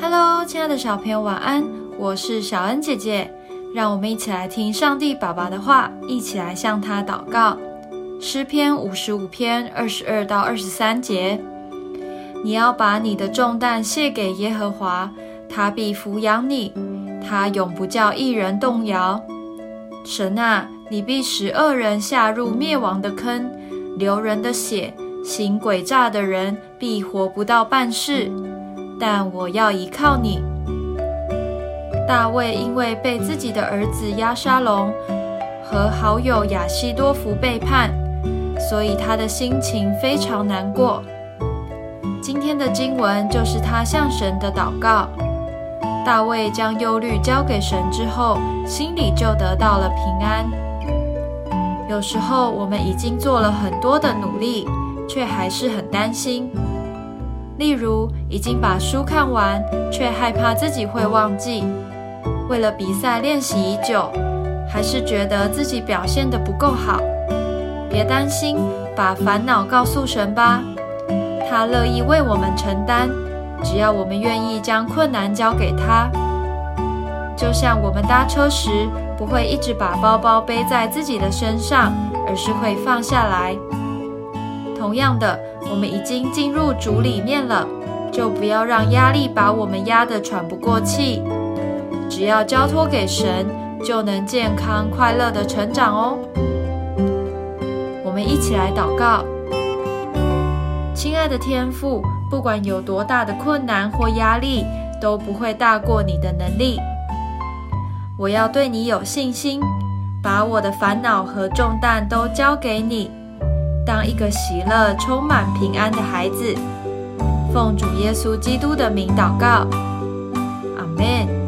Hello， 亲爱的小朋友，晚安！我是小恩姐姐，让我们一起来听上帝爸爸的话，一起来向他祷告。诗篇55篇22到23节，你要把你的重担卸给耶和华，他必抚养你，他永不叫义人动摇。神啊，你必使恶人下入灭亡的坑，流人的血，行诡诈的人必活不到半世。但我要依靠你。大卫因为被自己的儿子押沙龙和好友亚希多弗背叛，所以他的心情非常难过。今天的经文就是他向神的祷告。大卫将忧虑交给神之后，心里就得到了平安。有时候我们已经做了很多的努力，却还是很担心。例如，已经把书看完，却害怕自己会忘记；为了比赛练习已久，还是觉得自己表现得不够好。别担心，把烦恼告诉神吧，他乐意为我们承担，只要我们愿意将困难交给他。就像我们搭车时，不会一直把包包背在自己的身上，而是会放下来。同样的，我们已经进入主里面了，就不要让压力把我们压得喘不过气。只要交托给神，就能健康快乐的成长哦。我们一起来祷告。亲爱的天父，不管有多大的困难或压力，都不会大过你的能力。我要对你有信心，把我的烦恼和重担都交给你，当一个喜乐、充满平安的孩子。奉主耶稣基督的名祷告，阿们。